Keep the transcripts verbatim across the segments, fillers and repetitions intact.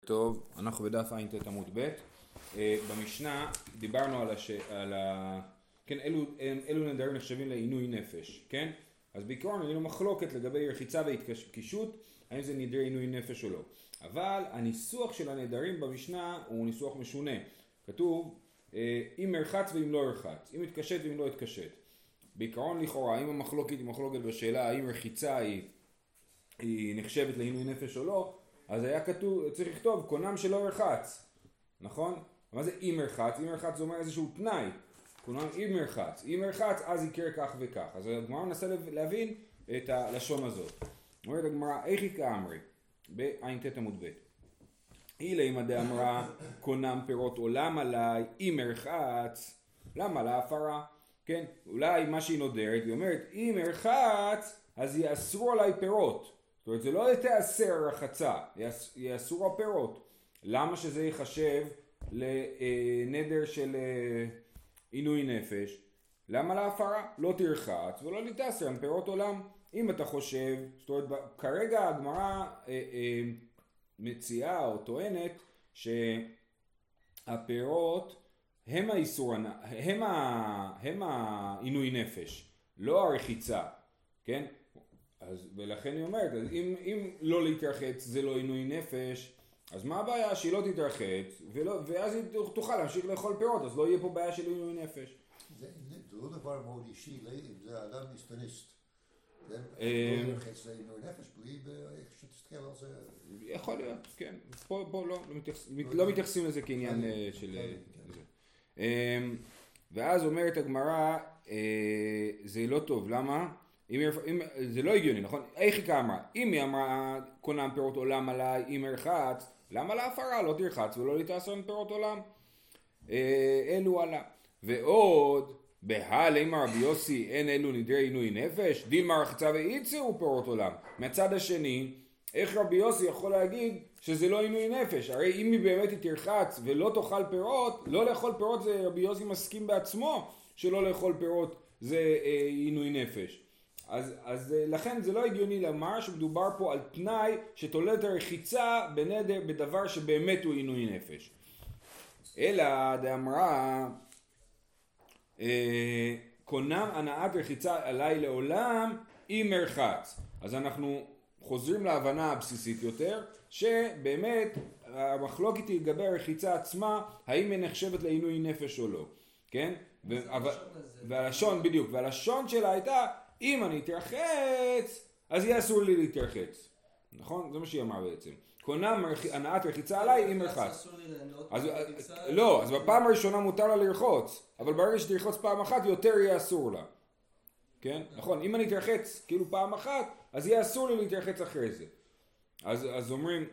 טוב, אנחנו בדף ע"ט עמוד ב'. במשנה דיברנו על, הש... על ה... כן, אלו, אלו נדרים נחשבים לעינוי נפש, כן? אז בעיקרון יש לנו מחלוקת לגבי רחיצה והתקישות, האם זה נדרי עינוי נפש או לא. אבל הניסוח של הנדרים במשנה הוא ניסוח משונה. כתוב, אם מרחץ ואם לא רחץ, אם התקשט ואם לא התקשט. בעיקרון לכאורה, אם המחלוקת היא מחלוקת בשאלה האם רחיצה היא, היא נחשבת לעינוי נפש או לא, אז היה כתוב, צריך לכתוב, קונם שלא רחץ, נכון? מה זה אם רחץ? אם רחץ זה אומר איזשהו תנאי, קונם אם רחץ, אם רחץ אז יקרה כך וכך. אז הגמרא מנסה להבין את הלשון הזאת. אומרת הגמרא, איך היא כאמרי? בע"ט עמוד ב'. אילי אם דאמרה קונם פירות עולם עליי, אם רחץ, למה להפרה? כן, אולי מה שהיא נודרת, היא אומרת, אם רחץ אז יאסרו עליי פירות. זאת אומרת, זה לא תאסר רחצה, יאסרו הפירות. למה שזה יחשב לנדר של עינוי נפש? למה להפרה? לא תרחץ ולא תאסר עם פירות עולם. אם אתה חושב, זאת אומרת, כרגע הגמרא אה, אה, מציעה או טוענת שהפירות הם האיסור, הם, ה, הם העינוי נפש, לא הרחיצה, כן? אז ולכן היא אומרת, אז אם, אם לא להתרחץ זה לא עינוי נפש, אז מה הבעיה? שהיא לא תתרחץ, ולא, ואז היא תוכל להמשיך לאכול פירות, אז לא יהיה פה בעיה של עינוי נפש. זה, זה לא דבר מאוד אישי, אם זה אדם מסטניסט. לא להתרחץ זה עינוי נפש, בלי איך שתסתכל על זה. יכול להיות, כן. פה, פה לא, לא, מתייחס, לא מתייחסים לזה כעניין של זה. ואז אומרת הגמרא, זה לא טוב, למה? אם, אם, זה לא הגיוני, נכון? איך היא כאמרה? אם היא אמרה קונם פירות עולם עליי, אם ירחץ, למה להפרה? לא תרחץ ולא להתאסר עם פירות עולם. אה, אלו עלה. ועוד, בהלמה רבי יוסי אין אלו נדרי עינוי נפש, דילמה רחצה ואיצרו פירות עולם. מהצד השני, איך רבי יוסי יכול להגיד שזה לא עינוי נפש? הרי אם היא באמת תרחץ ולא תאכל פירות, לא לאכול פירות זה רבי יוסי מסכים בעצמו שלא לאכול פירות זה אה, עינוי נפש. אז, אז לכן זה לא הגיוני לומר שמדובר פה על תנאי שתולד הרחיצה בנדר, בדבר שבאמת הוא עינוי נפש. אלא דאמרה אה, קונם הנעת רחיצה עליי לעולם אם מרחץ. אז אנחנו חוזרים להבנה הבסיסית יותר שבאמת המחלוקת היא לגבי הרחיצה עצמה, האם היא נחשבת לעינוי נפש או לא, כן? ו- אבל, והלשון בדיוק, והלשון שלה הייתה אם אני אתרחץ, אז יהיה אסור לי להתרחץ. נכון? זה מה שהיא אמרה בעצם. קונם הנעת רחיצה עליי, אם מרחץ. לא, אז בפעם הראשונה מותר לה לרחוץ, אבל ברגע שתרחוץ פעם אחת, יותר יהיה אסור לה. כן? נכון, אם אני אתרחץ כאילו פעם אחת, אז יהיה אסור לי להתרחץ אחרי זה. אז אומרים,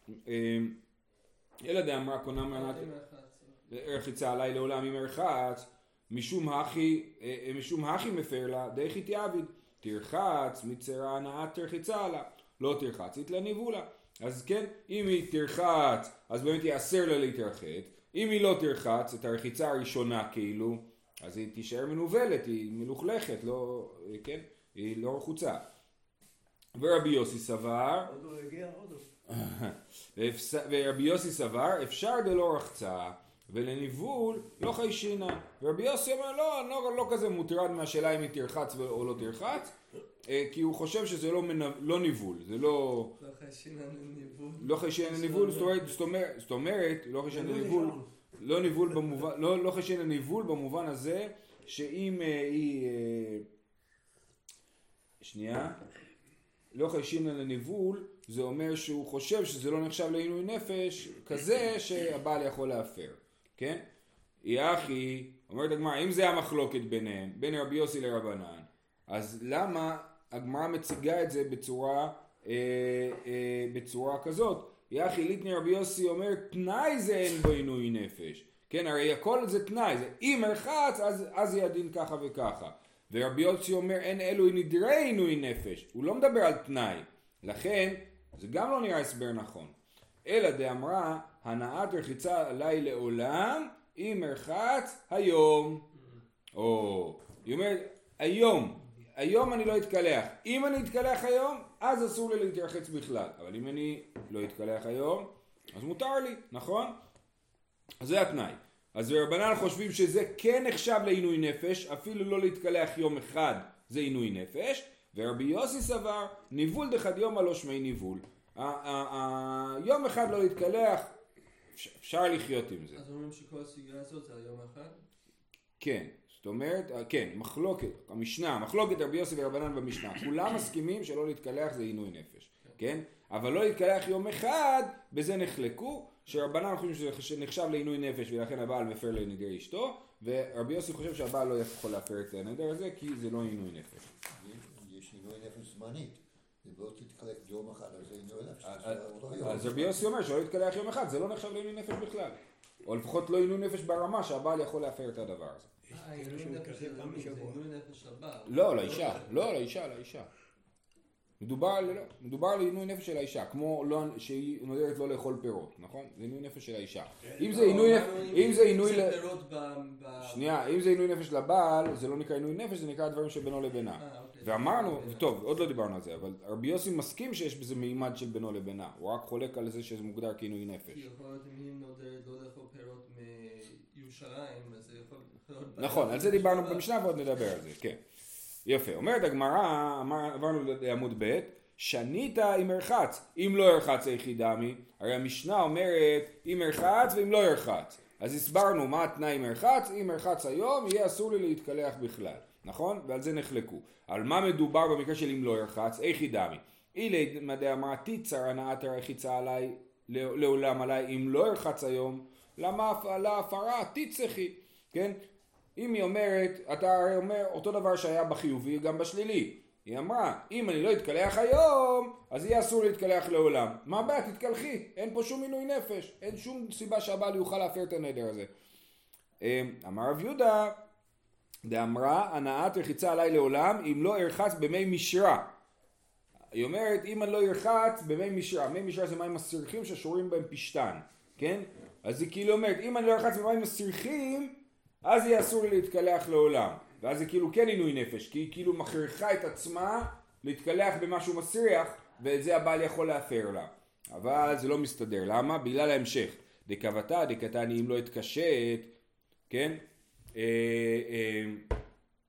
אלא דאמרה קונם הנעת רחיצה עליי לעולם, אם מרחץ, משום הכי, משום הכי מפר לה, דכי תעביד, תרחץ, מצרה הנעת תרחיצה לה, לא תרחץ, יתלה ניבולה. אז כן, אם היא תרחץ, אז באמת יאסר לה להתרחץ, אם היא לא תרחץ, את הרחיצה הראשונה כאילו, אז היא תישאר מנובלת, היא מלוכלכת, לא, כן, היא לא רחוצה. ורבי יוסי סבר, ורבי יוסי סבר, אפשר דלא רחצה, ולניבול לא חיישינה. ורבי יוסי אומר לא, לא, לא כזה מוטרד מהשאלה אם היא תרחץ או לא תרחץ, כי הוא חושב שזה לא, מנב, לא ניבול, זה לא... לא חיישינה לניבול. לא חיישינה לניבול, זאת אומרת, זאת אומרת, לא חיישינה לניבול, לא ניבול במובן, לא, לא חיישינה לניבול במובן הזה, שאם היא... שנייה, לא חיישינה לניבול, זה אומר שהוא חושב שזה לא נחשב לעינוי נפש, כזה שהבעל יכול להפר. כן? היא אחי, אומרת הגמרא, אם זה המחלוקת ביניהם, בין רבי יוסי לרבנן, אז למה הגמרא מציגה את זה בצורה, אה, אה, בצורה כזאת? היא אחי, ליטני רבי יוסי אומר, תנאי זה אין בו עינוי נפש. כן, הרי הכל זה תנאי, זה אם מרחץ, אז, אז יהיה הדין ככה וככה. ורבי יוסי אומר, אין אלו נדרי עינוי נפש. הוא לא מדבר על תנאי. לכן, זה גם לא נראה הסבר נכון. אלא דאמרה, הנעת רחיצה עליי לעולם, אם מרחץ היום. או, היא אומרת, היום, היום אני לא אתקלח. אם אני אתקלח היום, אז אסור לי להתרחץ בכלל. אבל אם אני לא אתקלח היום, אז מותר לי, נכון? אז זה התנאי. אז רבנן חושבים שזה כן נחשב לעינוי נפש, אפילו לא להתקלח יום אחד זה עינוי נפש, ורבי יוסי סבר, ניבול דחד יום לא שמי ניבול. יום אחד לא להתקלח, אפשר לחיות עם זה. אז אומרים שכל הסוגיה הזאת זה היום אחד? כן, זאת אומרת, כן, מחלוקת, המשנה, מחלוקת רבי יוסי ורבנן במשנה, כולם מסכימים שלא להתקלח זה עינוי נפש, כן? אבל לא להתקלח יום אחד, בזה נחלקו, שרבנן חושבים שזה נחשב לעינוי נפש ולכן הבעל מפר לנדר אשתו, ורבי יוסי חושב שהבעל לא יכול להפר את הנדר הזה כי זה לא עינוי נפש. יש עינוי נפש זמנית, אם לא תתקלח יום אחד, אז זה עינוי נפש. אז רבי יוסי אומר שלא להתקלח יום אחד, זה לא נחשב לעינוי נפש בכלל. או לפחות לא עינוי נפש ברמה שהבעל יכול להפר את הדבר הזה. אה, עינוי נפש זה עינוי נפש לבעל. לא, לאישה, לא, לאישה, לאישה. מדובר, לא, מדובר על עינוי נפש של האישה, כמו לא, שהיא נודרת לא לאכול פירות, נכון? זה עינוי נפש של האישה. אם זה עינוי נפש, אם זה עינוי שנייה, אם זה עינוי נפש לבעל, זה לא נקרא עינוי נפש, זה נקרא דברים שבינו לבינה. ואמרנו, טוב, עוד לא דיברנו על זה, אבל רבי יוסי מסכים שיש בזה מימד של בינו לבינה, הוא רק חולק על זה שזה מוגדר כעינוי נפש. כי יכול להיות אם היא נודרת לא לאכול פירות מירושלים, אז זה יכול להיות... נכון, על זה דיברנו במשנה ועוד נדבר על זה, כן. יפה, אומרת הגמרא, עברנו לעמוד ב', שנית אם ירחץ, אם לא ירחץ היחידמי, הרי המשנה אומרת אם ירחץ ואם לא ירחץ, אז הסברנו מה התנאי אם ירחץ, אם ירחץ היום יהיה אסור לי להתקלח בכלל, נכון? ועל זה נחלקו. על מה מדובר במקרה של אם לא ירחץ, היחידמי, אילי מדאמרה תיצר הנעת הרחיצה עליי, לעולם עליי, אם לא ירחץ היום, למה להפרה תיצחי, כן? אם היא אומרת, אתה הרי אומר אותו דבר שהיה בחיובי גם בשלילי. היא אמרה, אם אני לא אתקלח היום, אז יהיה אסור להתקלח לעולם. מה הבעיה? תתקלחי. אין פה שום עינוי נפש. אין שום סיבה שהבעל יוכל להפר את הנדר הזה. אמר רב יהודה, דאמרה, הנעת רחיצה עליי לעולם, אם לא ארחץ במי משרה. היא אומרת, אם אני לא ארחץ במי משרה. מי משרה זה מים מסריחים ששורים בהם פשטן. כן? אז היא כאילו אומרת, אם אני לא ארחץ במים מסריחים, אז יהיה אסור לי להתקלח לעולם. ואז זה כאילו כן עינוי נפש, כי היא כאילו מכריחה את עצמה להתקלח במשהו מסריח, ואת זה הבעל יכול להפר לה. אבל זה לא מסתדר. למה? בגלל ההמשך. דקבתה, דקתני, אם לא התקשט, כן? אה, אה,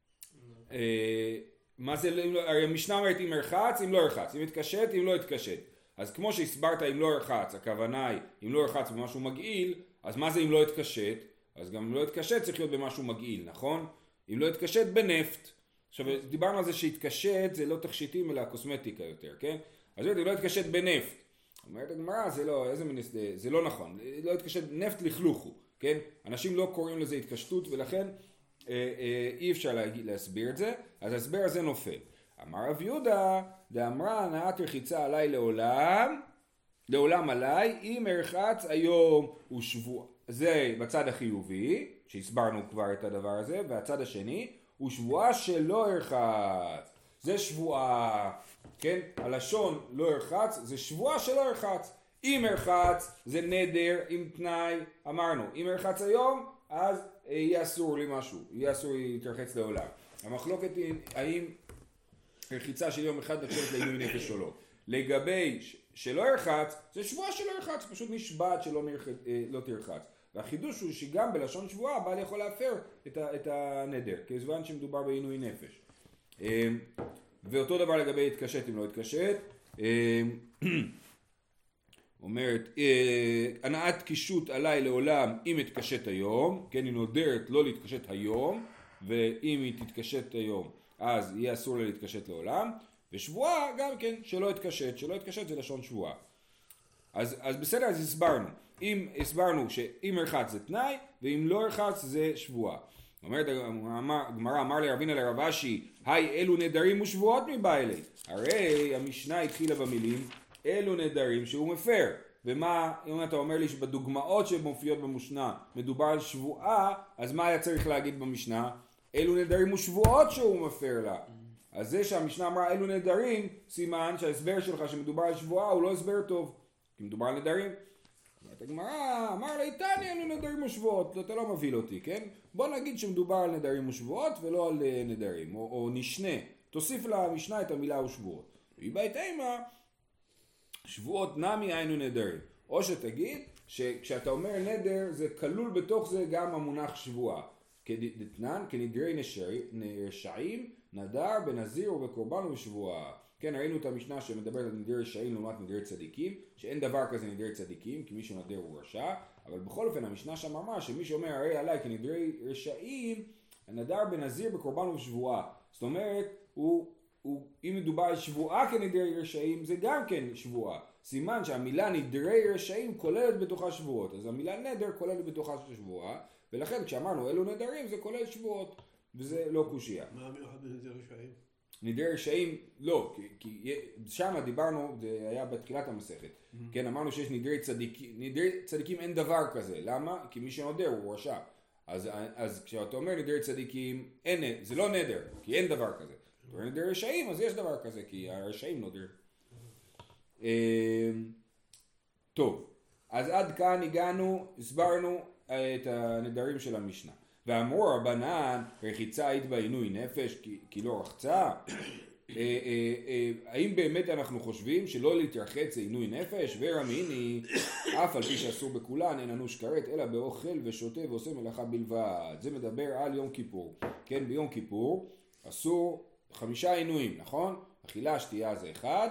אה, מה זה, הרי המשנה אומרת אם ירחץ, אם לא ירחץ. אם התקשט, אם לא התקשט. אז כמו שהסברת אם לא ירחץ, הכוונה היא, אם לא ירחץ במשהו מגעיל, אז מה זה אם לא התקשט? אז גם אם לא התקשט צריך להיות במשהו מגעיל, נכון? אם לא התקשט בנפט. עכשיו דיברנו על זה שהתקשט זה לא תכשיטים אלא קוסמטיקה יותר, כן? אז אם לא התקשט בנפט. אומרת הגמרא זה לא, איזה מין, זה לא נכון. לא התקשט נפט לכלוכו, כן? אנשים לא קוראים לזה התקשטות ולכן אה, אה, אי אפשר להגיד, להסביר את זה. אז ההסבר הזה נופל. אמר רב יהודה, דאמרה הנעת רחיצה עליי לעולם, לעולם עליי, אם ארחץ היום ושבוע. זה בצד החיובי, שהסברנו כבר את הדבר הזה, והצד השני הוא שבועה שלא ירחץ. זה שבועה, כן? הלשון לא ירחץ, זה שבועה שלא ירחץ. אם ירחץ זה נדר עם תנאי, אמרנו, אם ירחץ היום, אז יהיה אסור לי משהו, יהיה אסור לי להתרחץ לעולם. המחלוקת היא האם רחיצה של יום אחד נחשבת לעינוי נפש או לא. לגבי שלא ירחץ, זה שבועה שלא ירחץ, פשוט נשבעת שלא נרח... לא תרחץ. והחידוש הוא שגם בלשון שבועה הבעל יכול להפר את, ה, את הנדר, כזמן שמדובר בעינוי נפש. ואותו דבר לגבי התקשט אם לא התקשט. אומרת, הנעת קישוט עליי לעולם אם התקשט היום, כן, היא נודרת לא להתקשט היום, ואם היא תתקשט היום אז יהיה אסור לה להתקשט לעולם, ושבועה גם כן שלא התקשט, שלא התקשט זה לשון שבועה. אז, אז בסדר, אז הסברנו. אם הסברנו שאם ירחץ זה תנאי, ואם לא ירחץ זה שבועה. אומרת הגמרא, אמר לרבינה לרב אשי, היי אלו נדרים ושבועות מבא אלי. הרי המשנה התחילה במילים, אלו נדרים שהוא מפר. ומה, אם אתה אומר לי שבדוגמאות שמופיעות במשנה מדובר על שבועה, אז מה היה צריך להגיד במשנה? אלו נדרים ושבועות שהוא מפר לה. אז זה שהמשנה אמרה אלו נדרים, סימן שההסבר שלך שמדובר על שבועה הוא לא הסבר טוב. כי מדובר על נדרים. אומרת הגמרא, אמר לי, תני אלו נדרים ושבועות, אתה לא מוביל אותי, כן? בוא נגיד שמדובר על נדרים ושבועות ולא על נדרים, או, או נשנה. תוסיף למשנה את המילה ושבועות. והיא בית אימה, שבועות נמי היינו נדרים. או שתגיד שכשאתה אומר נדר זה כלול בתוך זה גם המונח שבועה. כדתנן, כנדרי רשעים, נדר בנזיר ובקורבן ובשבועה. כן, ראינו את המשנה שמדברת על נדרי רשעים לעומת נדרי צדיקים, שאין דבר כזה נדרי צדיקים, כי מי שנדר הוא רשע, אבל בכל אופן המשנה שם אמרה שמי שאומר הרי עליי כנדרי רשעים, נדר בנזיר בקורבן ובשבועה. זאת אומרת, הוא, הוא, אם מדובר על שבועה כנדרי רשעים, זה גם כן שבועה. סימן שהמילה נדרי רשעים כוללת בתוכה שבועות, אז המילה נדר כוללת בתוכה שבועה, ולכן כשאמרנו אלו נדרים זה כולל שבועות, וזה לא קושיה. מה המיוחד בנדרי רשעים? נדרי רשעים לא, כי, כי שם דיברנו, זה היה בתחילת המסכת, mm-hmm. כן, אמרנו שיש נדרי צדיקים, נדרי צדיקים אין דבר כזה, למה? כי מי שנודר הוא רשע, אז, אז כשאתה אומר נדרי צדיקים, אין, זה לא נדר, כי אין דבר כזה, אתה אומר נדרי רשעים, אז יש דבר כזה, כי הרשעים נודר. Mm-hmm. טוב, אז עד כאן הגענו, הסברנו את הנדרים של המשנה. ואמרו רבנן, רחיצה היית בעינוי נפש כי, כי לא רחצה? האם באמת אנחנו חושבים שלא להתרחץ זה עינוי נפש? ורמיני, אף על פי שאסור בכולן, אין אנוש כרת, אלא באוכל ושותה ועושה מלאכה בלבד. זה מדבר על יום כיפור. כן, ביום כיפור אסור חמישה עינויים, נכון? אכילה, שתייה זה אחד,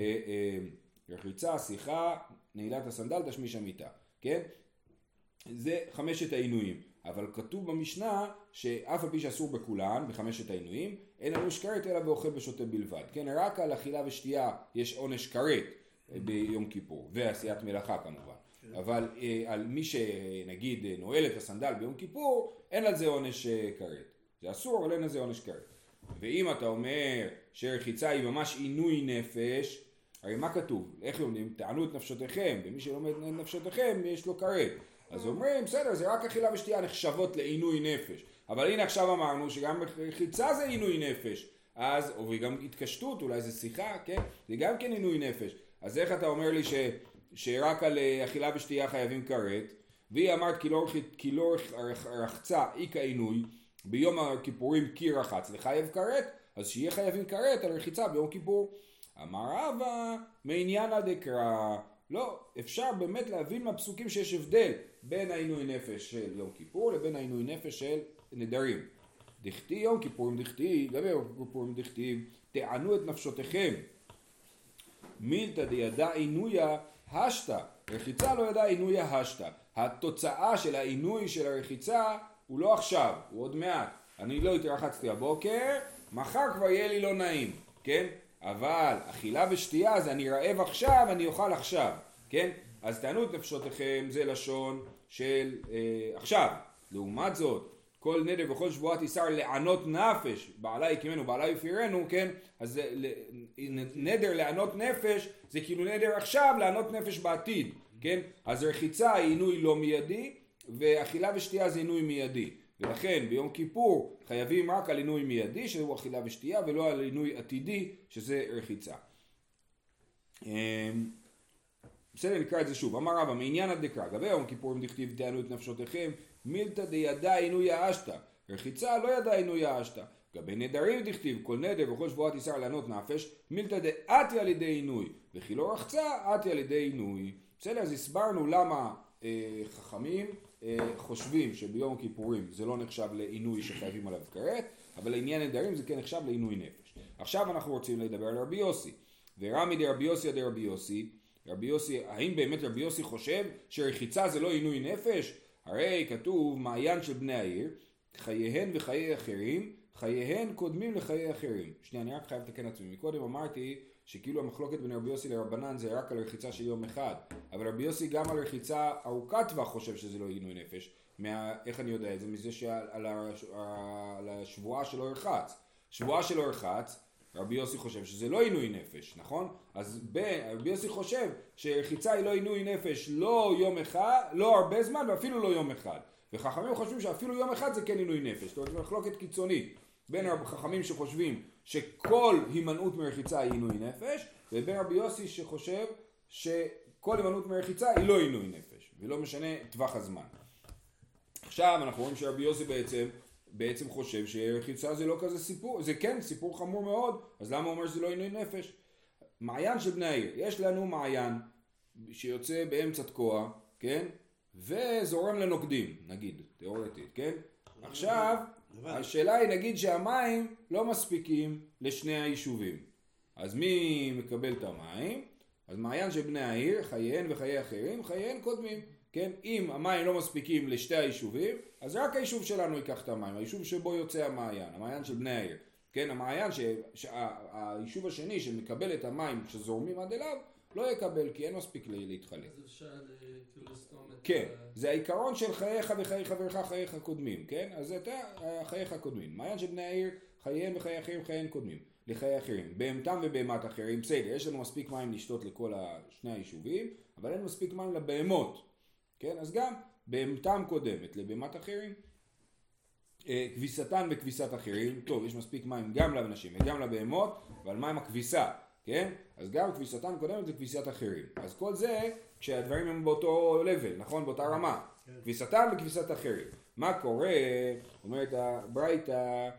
רחיצה, שיחה, נעילת הסנדל, תשמיש המיטה. כן? זה חמשת העינויים. אבל כתוב במשנה שאף על פי שאסור בכולן, בחמשת העינויים, אין אנוש כרת אלא באוכל ושותה בלבד. כן, רק על אכילה ושתייה יש עונש כרת ביום כיפור, ועשיית מלאכה כמובן. כן. אבל אה, על מי שנגיד נועל את הסנדל ביום כיפור, אין על זה עונש כרת. זה אסור, אבל אין על זה עונש כרת. ואם אתה אומר שרחיצה היא ממש עינוי נפש, הרי מה כתוב? איך לומדים? תענו את נפשותיכם, ומי שלומד את נפשותיכם יש לו כרת. אז אומרים, בסדר, זה רק אכילה ושתייה נחשבות לעינוי נפש. אבל הנה עכשיו אמרנו שגם רחיצה זה עינוי נפש. אז, או גם התקשטות, אולי זה שיחה, כן? זה גם כן עינוי נפש. אז איך אתה אומר לי ש, שרק על אכילה ושתייה חייבים כרת? והיא אמרת כי לא, כי לא רחצה אי כעינוי, ביום הכיפורים כי רחץ לחייב כרת, אז שיהיה חייבים כרת על רחיצה ביום כיפור. אמר רבא, מעניינה דקרא. לא, אפשר באמת להבין מהפסוקים שיש הבדל בין העינוי נפש של יום כיפור לבין העינוי נפש של נדרים. דכתי יום כיפורים דכתי, גם יום כיפורים דכתי, תענו את נפשותיכם. מילתא דידע עינויה השתא, רחיצה לא ידע עינויה השתא. התוצאה של העינוי של הרחיצה הוא לא עכשיו, הוא עוד מעט. אני לא התרחצתי הבוקר, מחר כבר יהיה לי לא נעים, כן? אבל אכילה ושתייה זה אני רעב עכשיו, אני אוכל עכשיו, כן? אז תענו את נפשותיכם, זה לשון של אה, עכשיו. לעומת זאת, כל נדר וכל שבועת איסר לענות נפש, בעלה יקימנו, בעלה יפירנו, כן? אז זה, נדר לענות נפש, זה כאילו נדר עכשיו לענות נפש בעתיד, כן? אז רחיצה היא עינוי לא מיידי, ואכילה ושתייה זה עינוי מיידי. ולכן ביום כיפור חייבים רק על עינוי מיידי שהוא אכילה ושתייה ולא על עינוי עתידי שזה רחיצה. בסדר, נקרא את זה שוב. אמר רבא מעניין הדקרא, גבי יום כיפור אם דכתיב תענו את נפשותיכם, מילתא דידע עינוי האשתא, רחיצה לא ידע עינוי האשתא. גבי נדרים דכתיב כל נדר וכל שבועת איסר לענות נפש, מילתא דעתי על ידי עינוי, וכי לא רחצה עתי על ידי עינוי. בסדר, אז הסברנו למה אה, חכמים חושבים שביום כיפורים זה לא נחשב לעינוי שחייבים עליו כרת, אבל לעניין נדרים זה כן נחשב לעינוי נפש. עכשיו אנחנו רוצים לדבר על רבי יוסי. ורמי דרבי יוסי עד רבי יוסי, רבי יוסי, האם באמת רבי יוסי חושב שרחיצה זה לא עינוי נפש? הרי כתוב מעיין של בני העיר, חייהן וחיי אחרים, חייהן קודמים לחיי אחרים. שנייה, אני רק חייב לתקן עצמי. מקודם אמרתי שכאילו המחלוקת בין רבי יוסי לרבנן זה רק על רחיצה של יום אחד, אבל רבי יוסי גם על רחיצה ארוכת טווח חושב שזה לא עינוי נפש. מה, איך אני יודע את זה? מזה שעל על השבועה שלא הרחץ. שבועה שלא הרחץ, רבי יוסי חושב שזה לא עינוי נפש, נכון? אז ב, רבי יוסי חושב שרחיצה היא לא עינוי נפש לא יום אחד, לא הרבה זמן ואפילו לא יום אחד. וחכמים חושבים שאפילו יום אחד זה כן עינוי נפש. זאת אומרת, זו מחלוקת קיצונית בין חכמים שחושבים שכל הימנעות מרחיצה היא עינוי נפש, ובין רבי יוסי שחושב שכל הימנעות מרחיצה היא לא עינוי נפש, ולא משנה טווח הזמן. עכשיו אנחנו רואים שרבי יוסי בעצם, בעצם חושב שרחיצה זה לא כזה סיפור, זה כן סיפור חמור מאוד, אז למה הוא אומר שזה לא עינוי נפש? מעיין של בני העיר, יש לנו מעיין שיוצא באמצע תקוע, כן? וזורם לנוקדים, נגיד, תיאורטית, כן? עכשיו, השאלה היא, נגיד שהמים לא מספיקים לשני היישובים. אז מי מקבל את המים? אז מעיין של בני העיר, חייהן וחיי אחרים, חייהן קודמים. כן? אם המים לא מספיקים לשתי היישובים, אז רק היישוב שלנו ייקח את המים, היישוב שבו יוצא המעיין, המעיין של בני העיר. כן? המעיין, ש... שהיישוב השני שמקבל את המים שזורמים עד אליו, לא יקבל, כי אין מספיק להתחלק. אז אפשר כאילו לסתום את... כן, זה העיקרון של חייך וחיי חברך חייך קודמים, כן? אז זה חייך קודמים. מעיין של בני העיר, חייהם וחיי אחרים, חייהם קודמים. לחיי אחרים. בהמתם ובהמת אחרים, בסדר, יש לנו מספיק מים לשתות לכל שני היישובים, אבל אין מספיק מים לבהמות. כן? אז גם בהמתם קודמת לבהמת אחרים. כביסתן וכביסת אחרים, טוב, יש מספיק מים גם לאנשים וגם לבהמות, אבל מים הכביסה, כן? אז גם כביסתן קודמת לכביסת אחרים. אז כל זה כשהדברים הם באותו לבל, נכון? באותה רמה. כן. כביסתן וכביסת אחרים. מה קורה? אומרת הברייתא,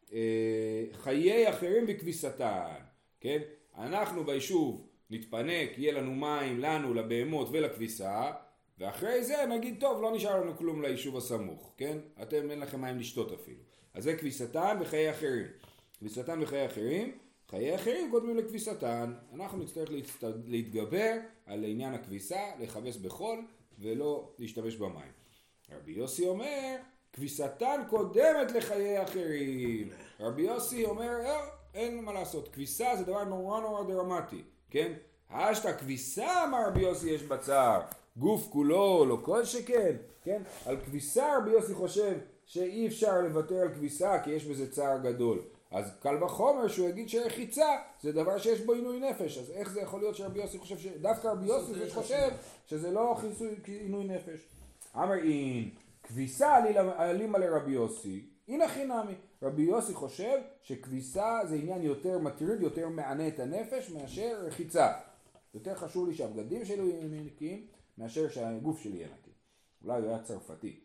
חיי אחרים וכביסתן, כן? אנחנו ביישוב נתפנק, יהיה לנו מים לנו, לבהמות ולכביסה, ואחרי זה נגיד, טוב, לא נשאר לנו כלום ליישוב הסמוך, כן? אתם אין לכם מים לשתות אפילו. אז זה כביסתן וחיי אחרים. כביסתן וחיי אחרים, חיי אחרים קודמים לכביסתן. אנחנו נצטרך להצט... להתגבר על עניין הכביסה, לחבס בחול ולא להשתמש במים. רבי יוסי אומר, כביסתן קודמת לחיי אחרים. רבי יוסי אומר, אה, אין מה לעשות, כביסה זה דבר נורא נורא דרמטי, כן? השתה כביסה, אמר רבי יוסי, יש בצער. גוף כולו, לא כל שכן, כן? על כביסה רבי יוסי חושב שאי אפשר לוותר על כביסה כי יש בזה צער גדול. אז קל וחומר שהוא יגיד שרחיצה זה דבר שיש בו עינוי נפש. אז איך זה יכול להיות שרבי יוסי חושב ש... דווקא רבי יוסי חושב שזה לא עינוי נפש. אמר אין, כביסה עלימה לרבי יוסי, הנה חינמי. רבי יוסי חושב שכביסה זה עניין יותר מטריד, יותר מענה את הנפש מאשר רחיצה. יותר חשוב לי שהבגדים שלו יהיו נקיים מאשר שהגוף שלי יהיה נקי. אולי הוא היה צרפתי.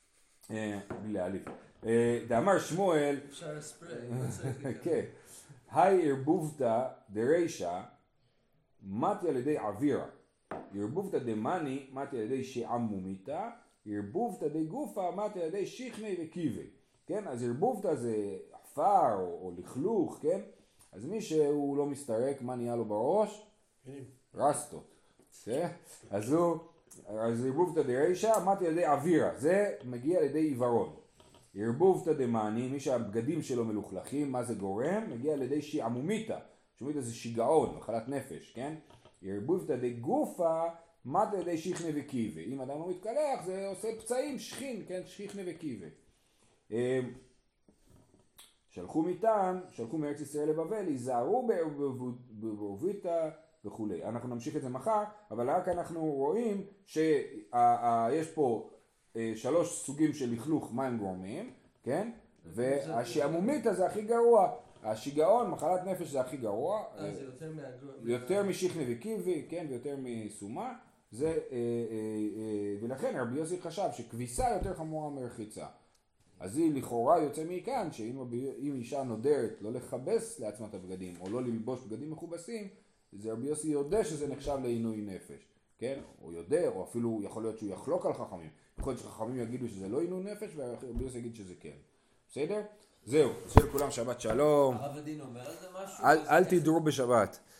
בלי להעליב. דאמר שמואל... אפשר ספרי. כן. היי ערבובתא דרישא מתי על ידי עבירה. ערבובתא דמני מתי על ידי שעמומיתא. ערבובתא דגופא מתי על ידי שכני וקיבי. כן? אז ערבובתא זה עפר או, או לכלוך, כן? אז מי שהוא לא מסתרק, מה נהיה לו בראש? רסטות. אז הוא, אז ערבובתא דרישא, מתי על ידי אווירה, זה מגיע על ידי עיוורון. ערבובתא דמני, מי שהבגדים שלו מלוכלכים, מה זה גורם? מגיע על ידי שעמומיתא, שעמומיתא זה שיגעון, מחלת נפש, כן? ערבובתא דגופא, מתי על ידי שכנה וקיבה. אם אדם לא מתקלח, זה עושה פצעים, שכין, כן? שכנה וקיבה. שלחו מאיתם, שלחו מארץ ישראל לבבל, היזהרו בערבובתא וכולי. אנחנו נמשיך את זה מחר, אבל רק אנחנו רואים שיש פה שלוש סוגים של לכלוך מים גורמים, כן? והשעמומית הזה הכי גרוע. השיגעון, מחלת נפש זה הכי גרוע. זה יותר מהגרוע. יותר משכנה וקיבי, כן? ויותר מסומה. זה, ולכן רבי יוסי חשב שכביסה יותר חמורה מרחיצה. אז היא לכאורה יוצא מכאן שאם אישה נודרת לא לכבס לעצמה את הבגדים או לא ללבוש בגדים מכובסים, זה רבי יוסי יודע שזה נחשב לעינוי נפש, כן? הוא יודע, או אפילו יכול להיות שהוא יחלוק על חכמים. יכול להיות שחכמים יגידו שזה לא עינוי נפש ורבי יוסי יגיד שזה כן. בסדר? זהו, שיהיה לכולם שבת שלום. הרב הדין אומר על זה משהו? אל תדרו בשבת.